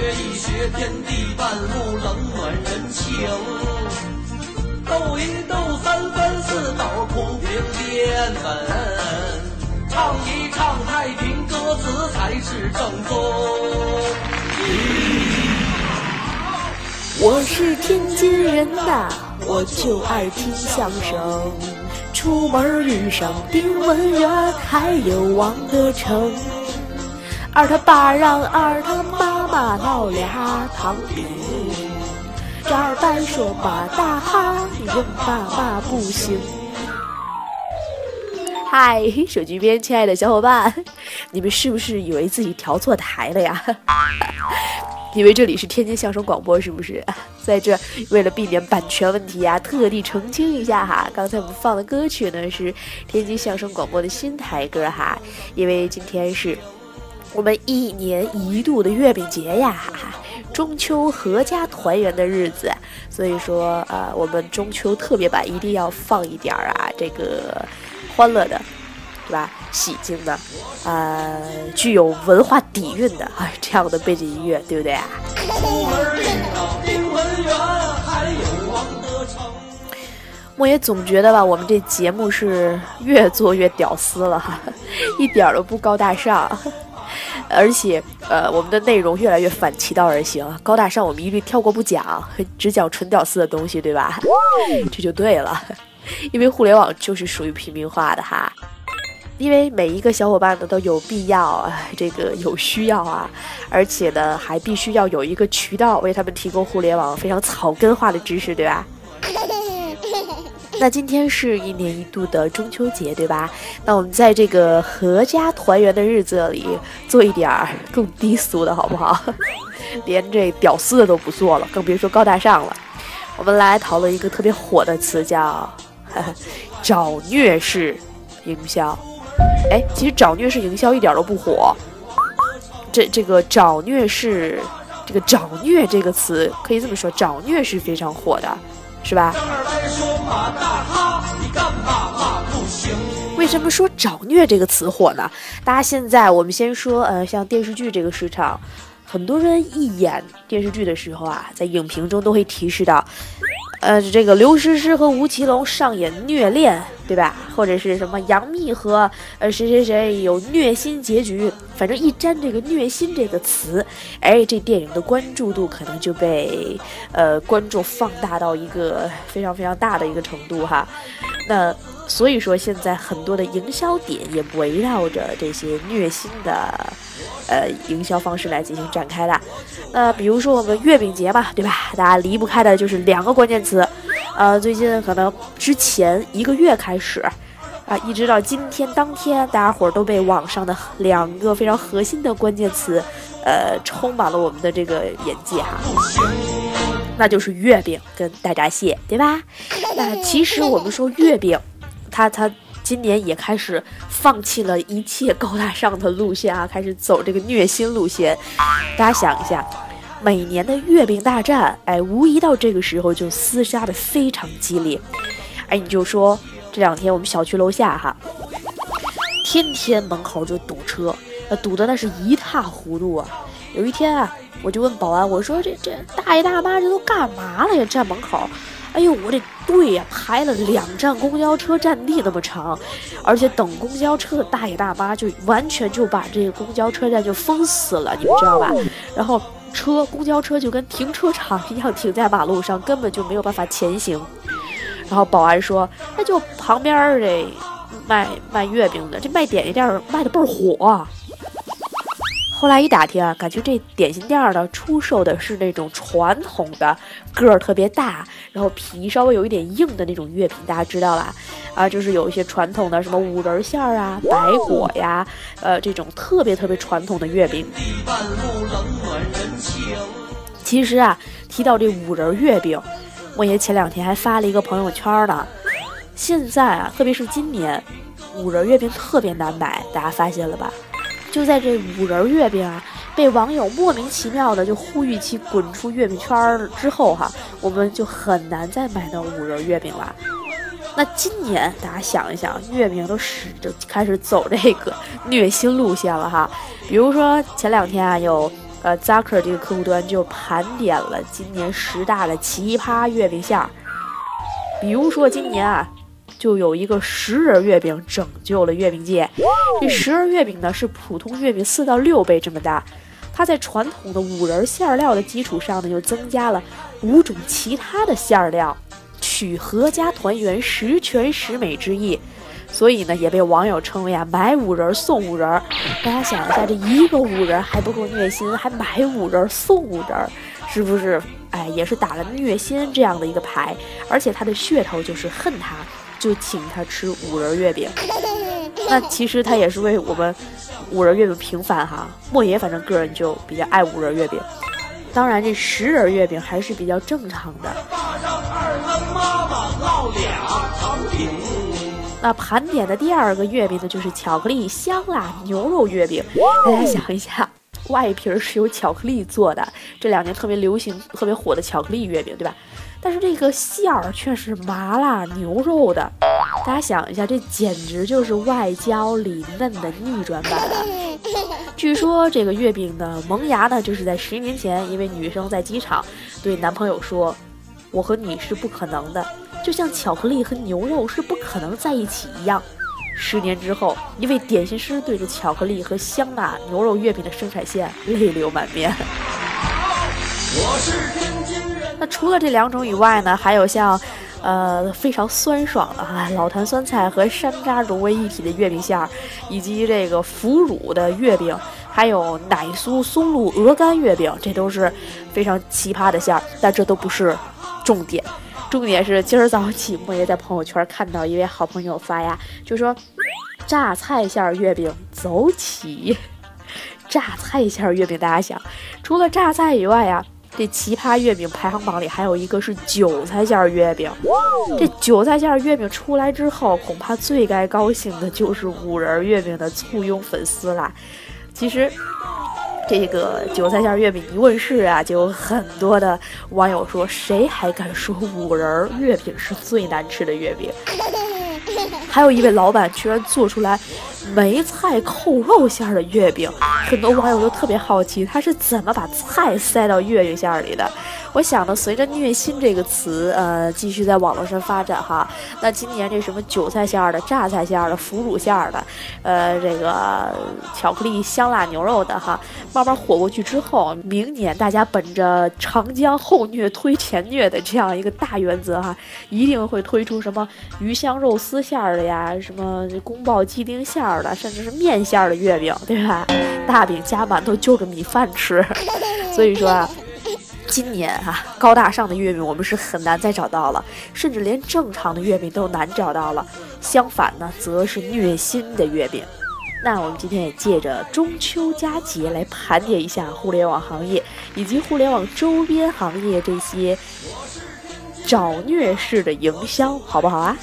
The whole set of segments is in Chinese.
一学天地万物，冷暖人情。斗一斗三分四斗，铺平淀粉。唱一唱太平歌词才是正宗。 我是天津人呐，我就爱听相声。出门遇上丁文元，还有王德成。二他爸让二他妈妈闹俩糖饼。这二白说马大哈，人爸爸不行。嗨，手机边亲爱的小伙伴，你们是不是以为自己调错台了呀？因为这里是天津相声广播，是不是？在这为了避免版权问题啊，特地澄清一下哈。刚才我们放的歌曲呢是天津相声广播的新台歌哈，因为今天是我们1年1度的月饼节呀，中秋阖家团圆的日子，所以说我们中秋特别版一定要放一点这个欢乐的，对吧？喜庆的，具有文化底蕴的这样的背景音乐，对不对啊？我也总觉得吧，我们这节目是越做越屌丝了哈，一点都不高大上，而且我们的内容越来越反其道而行，高大上我们一律跳过不讲，只讲纯屌丝的东西，对吧？这就对了，因为互联网就是属于平民化的哈。因为每一个小伙伴呢都有必要这个有需要啊，而且呢还必须要有一个渠道为他们提供互联网非常草根化的知识，对吧？那今天是1年1度的中秋节，对吧？那我们在这个阖家团圆的日子里做一点更低俗的好不好？连这屌丝的都不做了，更别说高大上了。我们来讨论一个特别火的词，叫找虐式营销。其实找虐式营销一点都不火，这个找虐式，这个找虐这个词可以这么说，找虐是非常火的，是吧？为什么说找虐这个词火呢？大家现在我们先说像电视剧这个市场，很多人一演电视剧的时候在影评中都会提示到这个刘诗诗和吴奇隆上演虐恋，对吧？或者是什么杨幂和谁谁谁有虐心结局，反正一沾这个虐心这个词，这电影的关注度可能就被观众放大到一个非常非常大的一个程度哈。那所以说现在很多的营销点也围绕着这些虐心的营销方式来进行展开的。那比如说我们月饼节嘛，对吧？大家离不开的就是2个关键词，最近可能之前1个月开始一直到今天当天，大家伙都被网上的2个非常核心的关键词充满了我们的这个眼界哈。那就是月饼跟大闸蟹，对吧？那其实我们说月饼它今年也开始放弃了一切高大上的路线开始走这个虐心路线。大家想一下，每年的月饼大战无疑到这个时候就厮杀的非常激烈。你就说这2天我们小区楼下天天门口就堵车，堵的那是一塌糊涂有一天我就问保安，我说这大爷大妈这都干嘛了呀？站门口，我这队排了2站公交车占地那么长，而且等公交车的大爷大妈就完全就把这个公交车站就封死了，你们知道吧？然后公交车就跟停车场一样停在马路上，根本就没有办法前行。然后保安说，那就旁边这卖月饼的，这卖点心店卖的倍儿火。后来一打听感觉这点心店呢出售的是那种传统的个儿特别大，然后皮稍微有一点硬的那种月饼，大家知道吧？就是有一些传统的什么五仁馅白果呀，这种特别特别传统的月饼。其实提到这五仁月饼，我也前2天还发了一个朋友圈呢。现在特别是今年，五仁月饼特别难买，大家发现了吧？就在这五仁月饼被网友莫名其妙的就呼吁其滚出月饼圈之后我们就很难再买到五仁月饼了。那今年大家想一想，月饼都开始走这个虐心路线了比如说前2天有 Zucker 这个客户端就盘点了今年10大的奇葩月饼馅儿。比如说今年啊，就有一个10仁月饼拯救了月饼界。这10仁月饼呢是普通月饼4到6倍这么大，它在传统的5仁馅料的基础上呢，又增加了5种其他的馅料，取合家团圆、十全十美之意。所以呢，也被网友称为买5仁送5仁。大家想一下，这一个5仁还不够虐心，还买5仁送5仁，是不是？也是打了虐心这样的一个牌。而且他的噱头就是恨他，就请他吃5仁月饼。那其实他也是为我们5仁月饼平反哈。莫爷反正个人就比较爱5仁月饼。当然，这10仁月饼还是比较正常的。那盘点的第2个月饼呢，就是巧克力香辣牛肉月饼。大家想一下，外皮是由巧克力做的，这2年特别流行、特别火的巧克力月饼，对吧？但是这个馅儿却是麻辣牛肉的。大家想一下，这简直就是外焦里嫩的逆转版啊！据说这个月饼的萌芽呢，就是在10年前，一位女生在机场对男朋友说：“我和你是不可能的，就像巧克力和牛肉是不可能在一起一样。”10年之后，一位点心师对着巧克力和香辣牛肉月饼的生产线泪流满面。那除了这2种以外呢，还有像非常酸爽的老坛酸菜和山楂融为一体的月饼馅儿，以及这个腐乳的月饼，还有奶酥松露鹅肝月饼，这都是非常奇葩的馅儿。但这都不是重点，重点是今儿早起莫爷在朋友圈看到一位好朋友发呀，就说榨菜馅月饼走起。榨菜馅月饼，大家想，除了榨菜以外啊，这奇葩月饼排行榜里还有一个是韭菜馅月饼。这韭菜馅月饼出来之后，恐怕最该高兴的就是5仁月饼的簇拥粉丝啦。其实这个韭菜馅月饼一问世啊，就有很多的网友说，谁还敢说5仁月饼是最难吃的月饼？还有一位老板居然做出来梅菜扣肉馅的月饼，很多网友都特别好奇他是怎么把菜塞到月饼馅里的。我想呢，随着虐心这个词继续在网络上发展哈，那今年这什么韭菜馅的、榨菜馅的、腐乳馅的，这个巧克力香辣牛肉的哈，慢慢火过去之后，明年大家本着长江后虐推前虐的这样一个大原则哈，一定会推出什么鱼香肉丝馅的呀，什么宫保鸡丁馅的，甚至是面馅的月饼，对吧？大饼加馒头就着米饭吃。所以说啊，今年高大上的月饼我们是很难再找到了，甚至连正常的月饼都难找到了。相反呢，则是虐心的月饼。那我们今天也借着中秋佳节来盘点一下互联网行业以及互联网周边行业这些找虐式的营销，好不好啊？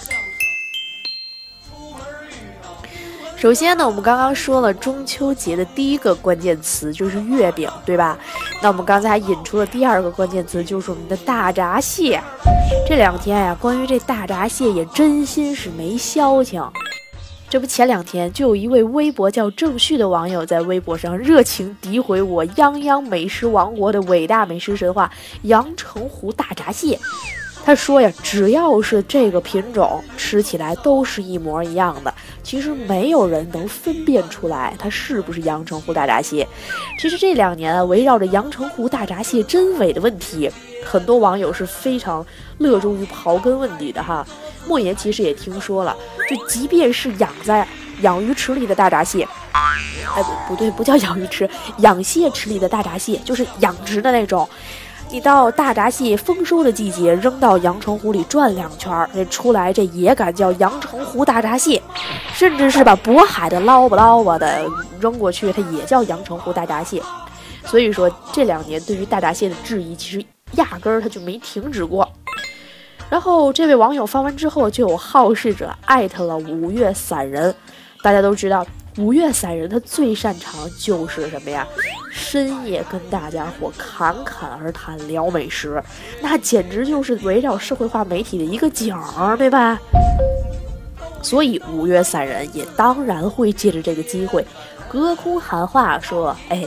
首先呢，我们刚刚说了中秋节的第一个关键词就是月饼，对吧？那我们刚才还引出了第2个关键词，就是我们的大闸蟹。这2天呀，关于这大闸蟹也真心是没消停。这不前2天就有一位微博叫郑旭的网友在微博上热情诋毁我泱泱美食王国的伟大美食神话阳澄湖大闸蟹。他说呀，只要是这个品种，吃起来都是一模一样的。其实没有人能分辨出来它是不是阳澄湖大闸蟹。其实这2年啊，围绕着阳澄湖大闸蟹真伪的问题，很多网友是非常热衷于刨根问底的哈。莫言其实也听说了，就即便是养在养鱼池里的大闸蟹，不对，不叫养鱼池，养蟹池里的大闸蟹，就是养殖的那种。你到大闸蟹丰收的季节，扔到阳澄湖里转2圈，这出来这也敢叫阳澄湖大闸蟹，甚至是把渤海的捞吧的扔过去，它也叫阳澄湖大闸蟹。所以说这2年对于大闸蟹的质疑，其实压根儿它就没停止过。然后这位网友发完之后，就有好事者艾特了五岳散人。大家都知道五岳散人他最擅长就是什么呀？深夜跟大家伙侃侃而谈聊美食，那简直就是围绕社会化媒体的一个景儿，对吧？所以五岳散人也当然会借着这个机会隔空喊话说，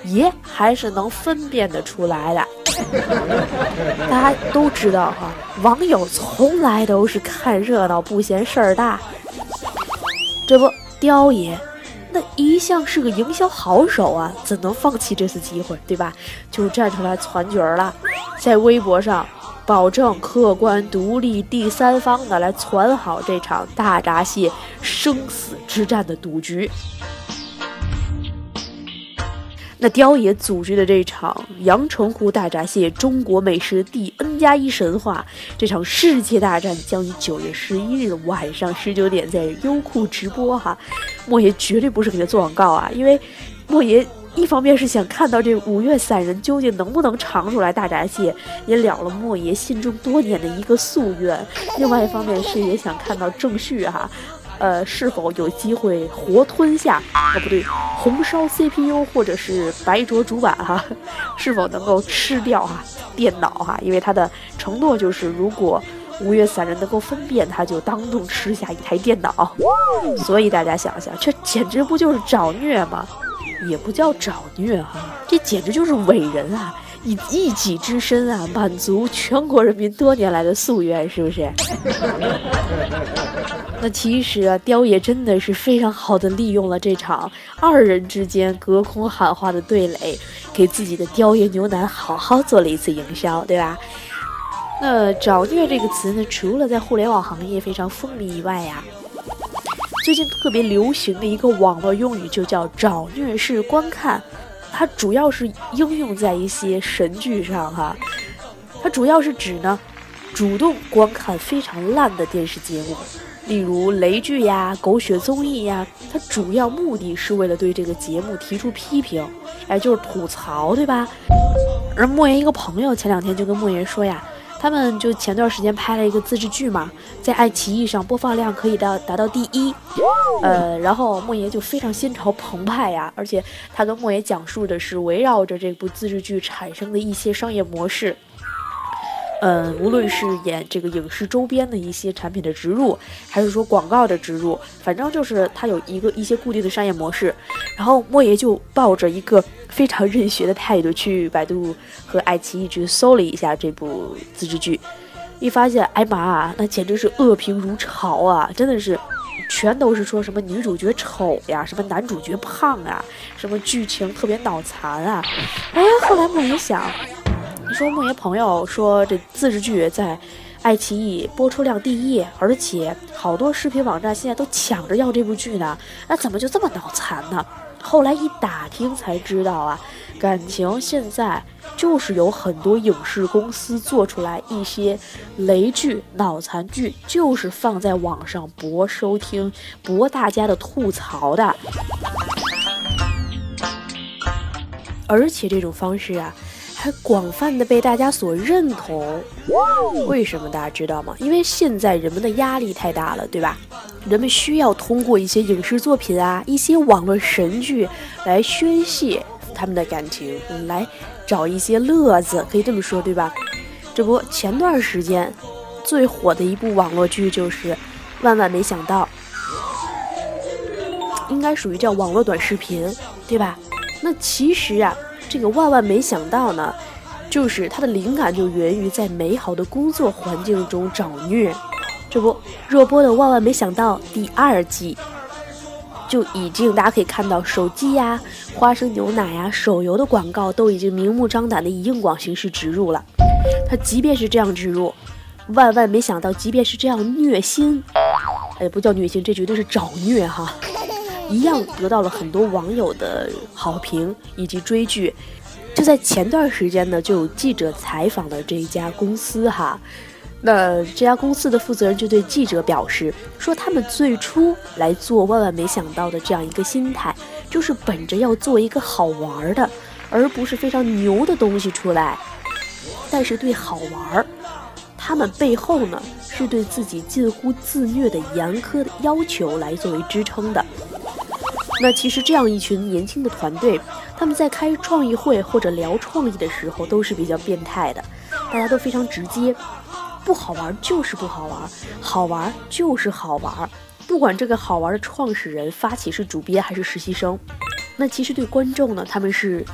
也还是能分辨得出来的。大家都知道哈，网友从来都是看热闹不嫌事儿大。这不，雕爷那一向是个营销好手啊，怎能放弃这次机会，对吧？就站出来攒局儿了，在微博上保证客观、独立、第三方的来攒好这场大闸蟹生死之战的赌局。那雕爷组织的这场阳澄湖大闸蟹中国美食第 N+1神话，这场世界大战将于9月11日晚上19点在优酷直播哈。莫爷绝对不是给他做广告啊，因为莫爷一方面是想看到这5月散人究竟能不能尝出来大闸蟹，也了了莫爷心中多年的一个夙愿；另外一方面是也想看到郑旭哈。是否有机会活吞下？不对，红烧 CPU 或者是白灼主板哈，是否能够吃掉电脑哈？因为他的承诺就是，如果5月散人能够分辨，他就当众吃下一台电脑。所以大家想想，这简直不就是找虐吗？也不叫找虐哈，这简直就是伟人啊！以一己之身啊，满足全国人民多年来的夙愿，是不是？那其实啊，雕爷真的是非常好的利用了这场二人之间隔空喊话的对垒，给自己的雕爷牛腩好好做了一次营销，对吧？那找虐这个词呢，除了在互联网行业非常风靡以外呀，最近特别流行的一个网络用语就叫找虐式观看。它主要是应用在一些神剧上哈，它主要是指呢，主动观看非常烂的电视节目，例如雷剧呀、狗血综艺呀，它主要目的是为了对这个节目提出批评，就是吐槽，对吧？而莫言一个朋友前2天就跟莫言说呀，他们就前段时间拍了一个自制剧嘛，在爱奇艺上播放量可以达到第1，然后莫言就非常心潮澎湃呀，而且他跟莫言讲述的是围绕着这部自制剧产生的一些商业模式。无论是演这个影视周边的一些产品的植入，还是说广告的植入，反正就是它有一些固定的商业模式。然后莫爷就抱着一个非常认学的态度去百度和爱奇艺去搜了一下这部自制剧，一发现，哎妈啊，那简直是恶评如潮啊！真的是，全都是说什么女主角丑呀，什么男主角胖啊，什么剧情特别脑残啊。后来莫爷想。说莫言朋友说这自制剧在爱奇艺播出量第1，而且好多视频网站现在都抢着要这部剧呢，那怎么就这么脑残呢？后来一打听才知道啊，感情现在就是有很多影视公司做出来一些雷剧、脑残剧，就是放在网上博收听、博大家的吐槽的，而且这种方式啊还广泛的被大家所认同。为什么大家知道吗？因为现在人们的压力太大了，对吧？人们需要通过一些影视作品啊，一些网络神剧来宣泄他们的感情，来找一些乐子，可以这么说，对吧？这不，前段时间最火的一部网络剧就是《万万没想到》，应该属于叫网络短视频，对吧？那其实啊，这个万万没想到呢，就是它的灵感就源于在美好的工作环境中找虐。这不，热播的《万万没想到》第2季就已经大家可以看到，手机呀、花生牛奶呀、手游的广告都已经明目张胆的以硬广形式植入了。它即便是这样植入，万万没想到，即便是这样虐心，不叫虐心，这绝对是找虐哈，一样得到了很多网友的好评以及追剧。就在前段时间呢，就有记者采访了这一家公司哈。那这家公司的负责人就对记者表示说，他们最初来做万万没想到的这样一个心态，就是本着要做一个好玩的，而不是非常牛的东西出来。但是对好玩，他们背后呢是对自己近乎自虐的严苛的要求来作为支撑的。那其实这样一群年轻的团队，他们在开创意会或者聊创意的时候都是比较变态的，大家都非常直接，不好玩就是不好玩，好玩就是好玩，不管这个好玩的创始人发起是主编还是实习生。那其实对观众呢，他们是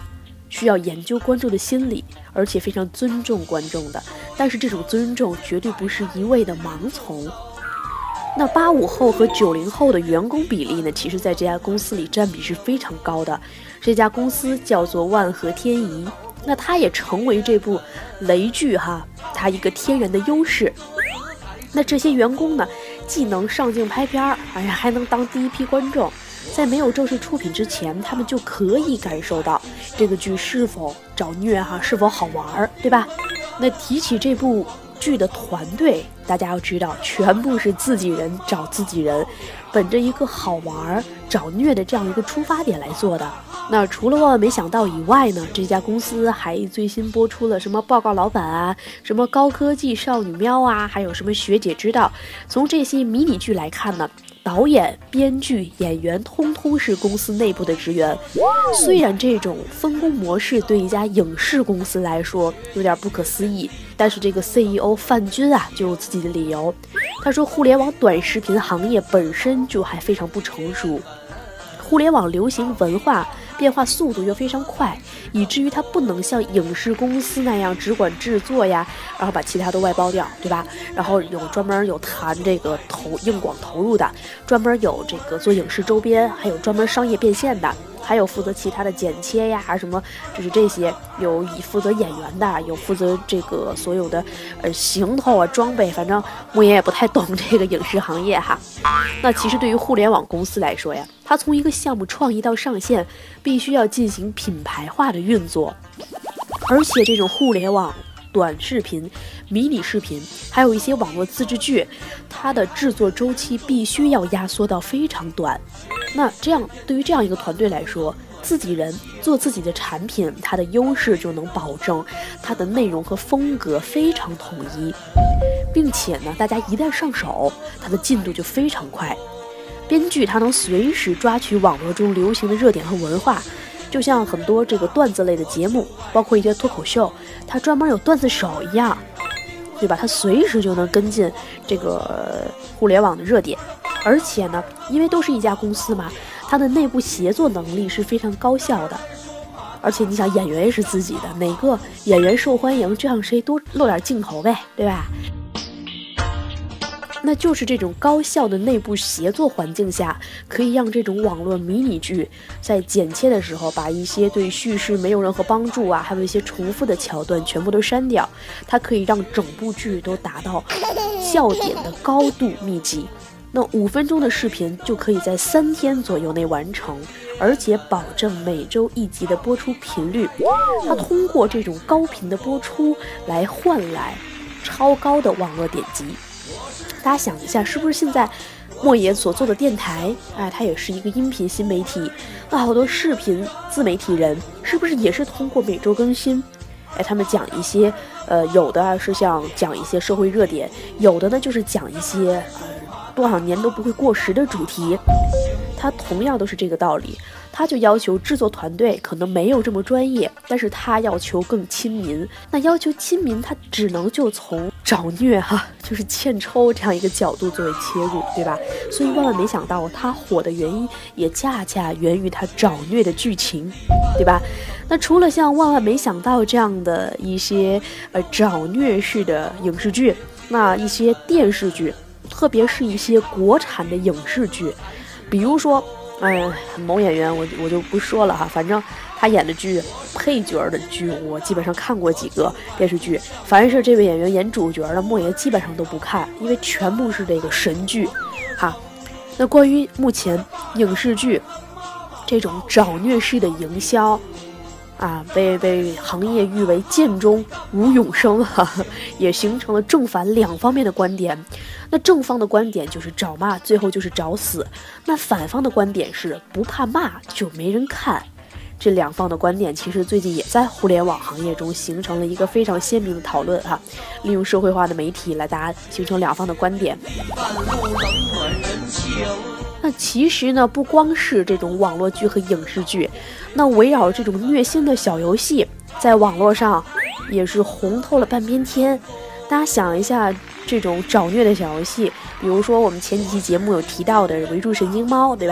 需要研究观众的心理，而且非常尊重观众的。但是这种尊重绝对不是一味的盲从。那85后和90后的员工比例呢，其实在这家公司里占比是非常高的。这家公司叫做万和天宜，那它也成为这部雷剧它一个天然的优势。那这些员工呢，既能上镜拍片儿，还能当第一批观众。在没有正式出品之前，他们就可以感受到这个剧是否找虐是否好玩，对吧？那提起这部剧的团队，大家要知道，全部是自己人找自己人，本着一个好玩找虐的这样一个出发点来做的。那除了万万没想到以外呢，这家公司还最新播出了什么报告老板什么高科技少女喵还有什么学姐知道。从这些迷你剧来看呢，导演、编剧、演员通通是公司内部的职员。虽然这种分工模式对一家影视公司来说有点不可思议，但是这个 CEO 范军就有自己的理由。他说，互联网短视频行业本身就还非常不成熟，互联网流行文化变化速度又非常快，以至于它不能像影视公司那样只管制作然后把其他都外包掉，对吧？然后专门有谈这个硬广投入的，专门有这个做影视周边，还有专门商业变现的，还有负责其他的剪切什么，就是这些有负责演员的，有负责这个所有的行头装备，反正木爷也不太懂这个影视行业那其实对于互联网公司来说它从一个项目创意到上线，必须要进行品牌化的运作，而且这种互联网短视频、迷你视频，还有一些网络自制剧，它的制作周期必须要压缩到非常短。那这样对于这样一个团队来说，自己人做自己的产品，它的优势就能保证它的内容和风格非常统一，并且呢，大家一旦上手，它的进度就非常快。编剧他能随时抓取网络中流行的热点和文化，就像很多这个段子类的节目，包括一些脱口秀，它专门有段子手一样，对吧？它随时就能跟进这个互联网的热点。而且呢，因为都是一家公司嘛，它的内部协作能力是非常高效的。而且你想，演员也是自己的，哪个演员受欢迎，就让谁多露点镜头呗，对吧？那就是这种高效的内部协作环境下，可以让这种网络迷你剧在剪切的时候，把一些对叙事没有任何帮助还有一些重复的桥段全部都删掉。它可以让整部剧都达到笑点的高度密集。那5分钟的视频就可以在3天左右内完成，而且保证每周1集的播出频率。它通过这种高频的播出来换来超高的网络点击。大家想一下，是不是现在莫爷所做的电台它也是一个音频新媒体？那好多视频自媒体人是不是也是通过每周更新他们讲一些有的是像讲一些社会热点，有的呢就是讲一些多少年都不会过时的主题。它同样都是这个道理，他就要求制作团队可能没有这么专业，但是他要求更亲民。那要求亲民，他只能就从找虐就是欠抽这样一个角度作为切入，对吧？所以万万没想到，他火的原因也恰恰源于他找虐的剧情，对吧？那除了像万万没想到这样的一些找虐式的影视剧，那一些电视剧，特别是一些国产的影视剧，比如说某演员我就不说了反正他演的剧，配角的剧我基本上看过几个电视剧，凡是这位演员演主角的，莫爷基本上都不看，因为全部是这个神剧那关于目前影视剧这种找虐式的营销被行业誉为剑中无永生也形成了正反2方面的观点。那正方的观点就是找骂，最后就是找死；那反方的观点是不怕骂就没人看。这2方的观点其实最近也在互联网行业中形成了一个非常鲜明的讨论利用社会化的媒体来大家形成2方的观点。那其实呢，不光是这种网络剧和影视剧，那围绕这种虐心的小游戏，在网络上也是红透了半边天。大家想一下，这种找虐的小游戏，比如说我们前几期节目有提到的围住神经猫，对吧？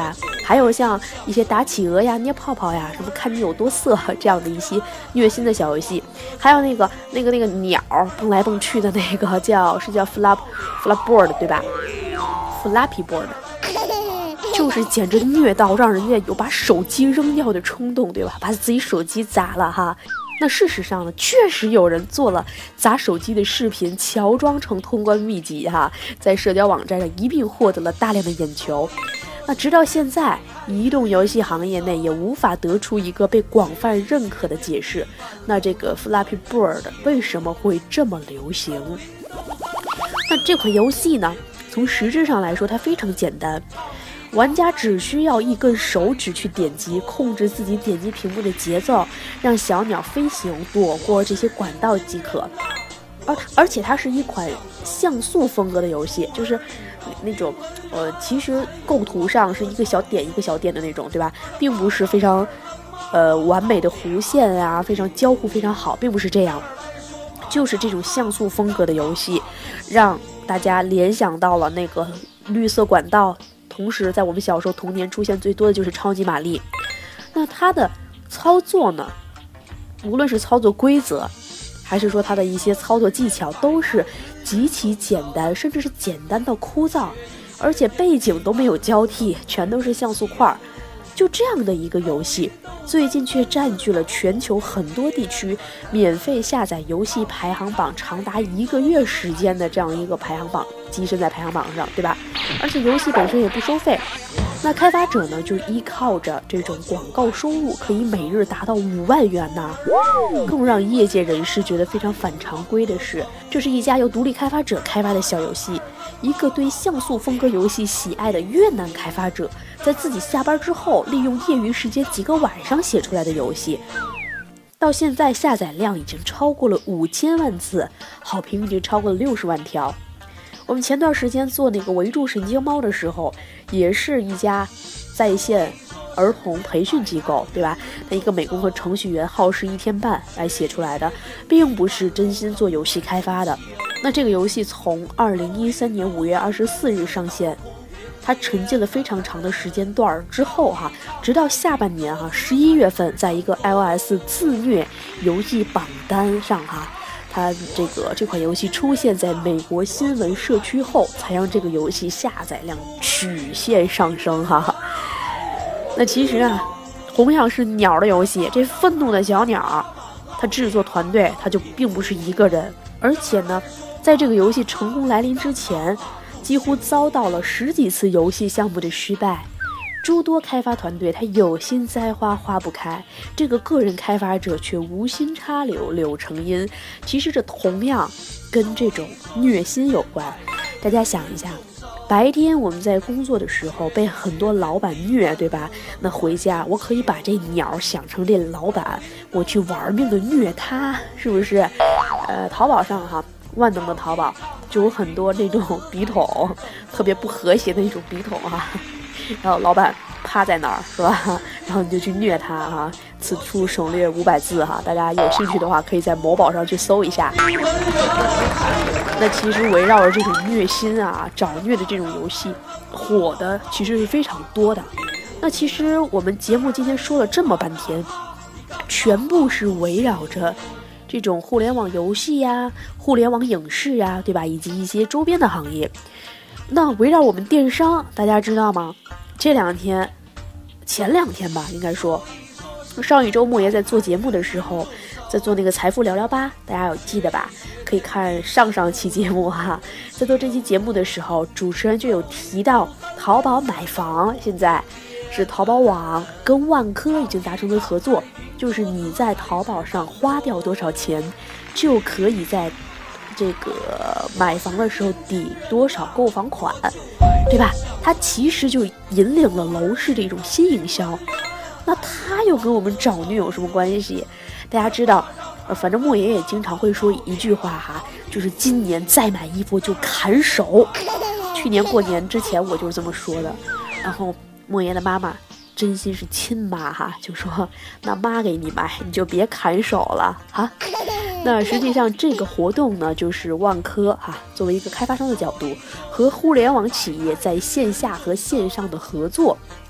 还有像一些打企鹅呀、捏泡泡呀、什么看你有多色这样的一些虐心的小游戏，还有那个鸟蹦来蹦去的那个叫 Flipboard 对吧 ？Flappy Board。就是简直虐到让人家有把手机扔掉的冲动，对吧？把自己手机砸了哈。那事实上呢，确实有人做了砸手机的视频，乔装成通关秘籍哈，在社交网站上一并获得了大量的眼球。那直到现在，移动游戏行业内也无法得出一个被广泛认可的解释。那这个 Flappy Bird 为什么会这么流行？那这款游戏呢，从实质上来说，它非常简单。玩家只需要一根手指去点击，控制自己点击屏幕的节奏，让小鸟飞行，躲过这些管道即可。而且它是一款像素风格的游戏，就是那种其实构图上是一个小点一个小点的那种，对吧？并不是非常完美的弧线啊，非常交互非常好，并不是这样。就是这种像素风格的游戏，让大家联想到了那个绿色管道。同时在我们小时候童年出现最多的就是超级玛丽。那它的操作呢，无论是操作规则还是说它的一些操作技巧，都是极其简单，甚至是简单到枯燥，而且背景都没有交替，全都是像素块。就这样的一个游戏，最近却占据了全球很多地区免费下载游戏排行榜长达1个月时间的这样一个排行榜，跻身在排行榜上，对吧？而且游戏本身也不收费。那开发者呢，就依靠着这种广告收入，可以每日达到5万元呐。更让业界人士觉得非常反常规的是，这是一家由独立开发者开发的小游戏，一个对像素风格游戏喜爱的越南开发者，在自己下班之后，利用业余时间几个晚上写出来的游戏，到现在下载量已经超过了5000万次，好评已经超过了60万条。我们前段时间做那个围住神经猫的时候，也是一家在线儿童培训机构，对吧？那一个美工和程序员耗时1天半来写出来的，并不是真心做游戏开发的。那这个游戏从2013年5月24日上线，它沉浸了非常长的时间段之后直到下半年11月份，在一个 iOS 自虐游戏榜单上它这款游戏出现在美国新闻社区后，才让这个游戏下载量曲线上升那其实同样是鸟的游戏，这愤怒的小鸟，它制作团队它就并不是一个人，而且呢，在这个游戏成功来临之前，几乎遭到了10几次游戏项目的失败。诸多开发团队他有心栽花花不开，这个个人开发者却无心插柳柳成荫。其实这同样跟这种虐心有关。大家想一下，白天我们在工作的时候被很多老板虐，对吧？那回家我可以把这鸟想成这老板，我去玩命的虐他，是不是？淘宝上万能的淘宝就有很多那种笔筒，特别不和谐的一种笔筒然后老板趴在那儿，是吧？然后你就去虐他此处省略500字大家有兴趣的话，可以在某宝上去搜一下。那其实围绕着这种虐心找虐的这种游戏，火的其实是非常多的。那其实我们节目今天说了这么半天，全部是围绕着这种互联网游戏互联网影视对吧？以及一些周边的行业。那围绕我们电商，大家知道吗？前2天吧，应该说，上一周莫爷在做节目的时候，在做那个财富聊聊吧，大家有记得吧？可以看上期节目在做这期节目的时候，主持人就有提到淘宝买房，现在是淘宝网跟万科已经达成了合作，就是你在淘宝上花掉多少钱，就可以在这个买房的时候抵多少购房款，对吧？它其实就引领了楼市的一种新营销。那它又跟我们找虐有什么关系？大家知道，反正莫爷也经常会说一句话就是今年再买衣服就砍手。去年过年之前我就是这么说的，然后莫爷的妈妈真心是亲妈就说那妈给你买，你就别砍手了那实际上这个活动呢，就是万科作为一个开发商的角度，和互联网企业在线下和线上的合作，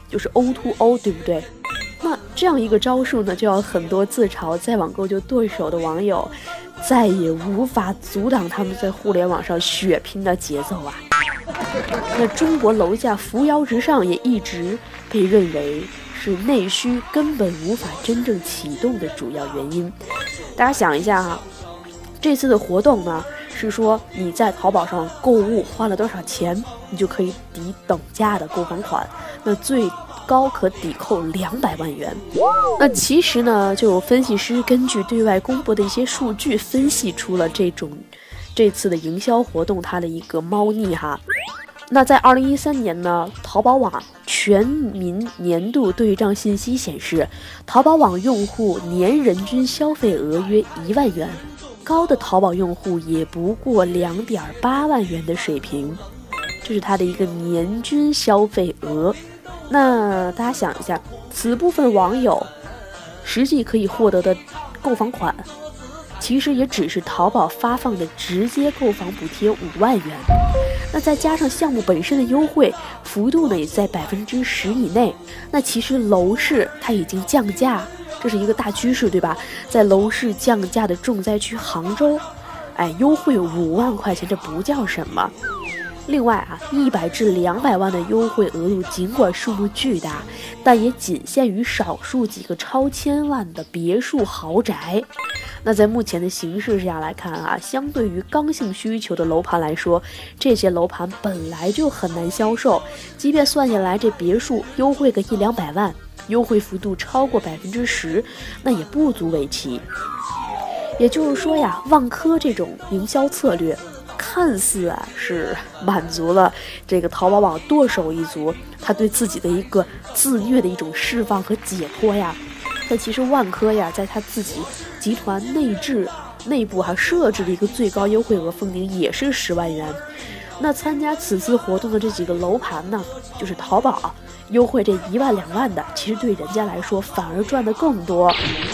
就是 O2O， 对不对？那这样一个招数呢，就要很多自嘲在网购就剁手的网友再也无法阻挡他们在互联网上血拼的节奏啊。那中国楼价扶摇直上也一直被认为是内需根本无法真正启动的主要原因。大家想一下哈，这次的活动呢是说你在淘宝上购物花了多少钱，你就可以抵等价的购房款，那最高可抵扣200万元。那其实呢，就有分析师根据对外公布的一些数据分析出了这次的营销活动它的一个猫腻哈。那在2013年呢，淘宝网全民年度对账信息显示，淘宝网用户年人均消费额约1万元，高的淘宝用户也不过2.8万元的水平，这是它的一个年均消费额。那大家想一下，此部分网友实际可以获得的购房款，其实也只是淘宝发放的直接购房补贴5万元。那再加上项目本身的优惠幅度呢，也在10%以内。那其实楼市它已经降价，这是一个大趋势，对吧？在楼市降价的重灾区杭州，优惠5万块钱，这不叫什么。另外啊，100至200万的优惠额度尽管数目巨大，但也仅限于少数几个超千万的别墅豪宅。那在目前的形势下来看啊，相对于刚性需求的楼盘来说，这些楼盘本来就很难销售，即便算下来这别墅优惠个100-200万，优惠幅度超过10%，那也不足为奇。也就是说呀，万科这种营销策略看似是满足了这个淘宝网剁手一族他对自己的一个自虐的一种释放和解脱呀，但其实万科呀在他自己集团内部设置的一个最高优惠额封顶也是10万元。那参加此次活动的这几个楼盘呢，就是淘宝优惠这1万2万的，其实对人家来说反而赚得更多。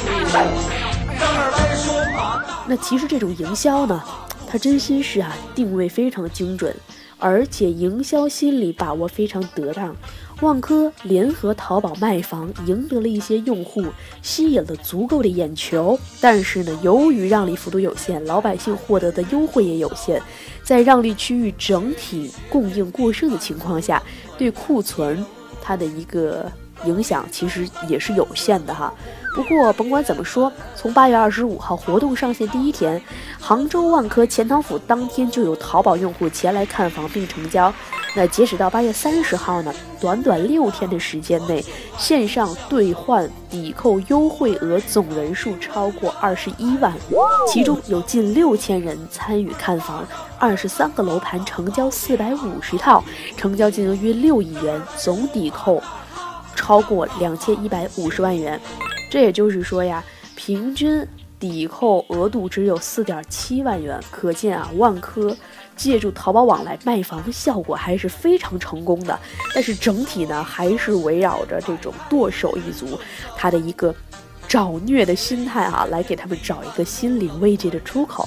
那其实这种营销呢，它真心是定位非常精准，而且营销心理把握非常得当。万科联合淘宝卖房，赢得了一些用户，吸引了足够的眼球。但是呢，由于让利幅度有限，老百姓获得的优惠也有限，在让利区域整体供应过剩的情况下，对库存它的一个影响其实也是有限的哈。不过甭管怎么说，从8月25号活动上线第一天，杭州万科钱塘府当天就有淘宝用户前来看房并成交。那截止到8月30号呢，短短6天的时间内，线上兑换抵扣优惠额总人数超过21万，其中有近6000人参与看房，23个楼盘成交450套，成交金额约6亿元，总抵扣超过2150万元。这也就是说呀，平均抵扣额度只有4.7万元，可见万科借助淘宝网来卖房效果还是非常成功的。但是整体呢，还是围绕着这种剁手一族他的一个找虐的心态来给他们找一个心灵慰藉的出口。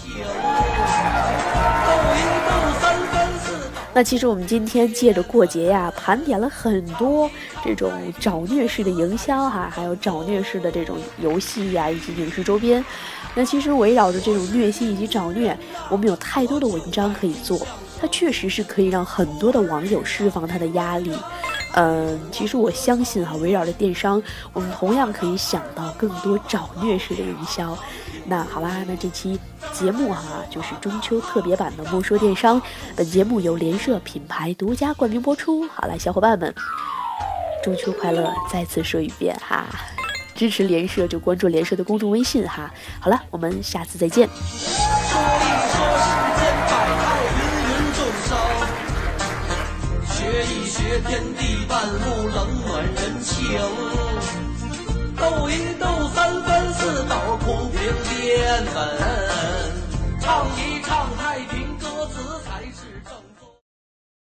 那其实我们今天借着过节盘点了很多这种找虐式的营销还有找虐式的这种游戏以及影视周边。那其实围绕着这种虐心以及找虐，我们有太多的文章可以做，它确实是可以让很多的网友释放他的压力。其实我相信围绕着电商，我们同样可以想到更多找虐式的营销。那好啦，那这期节目就是中秋特别版的莫说电商，本节目由联社品牌独家冠名播出。好了，小伙伴们，中秋快乐！再次说一遍支持联社就关注联社的公众微信好了，我们下次再见。 说一说世间百态，芸芸众生，学一学天地万物，冷暖人情，斗一斗三分四斗，空平变本，唱一唱太平歌词。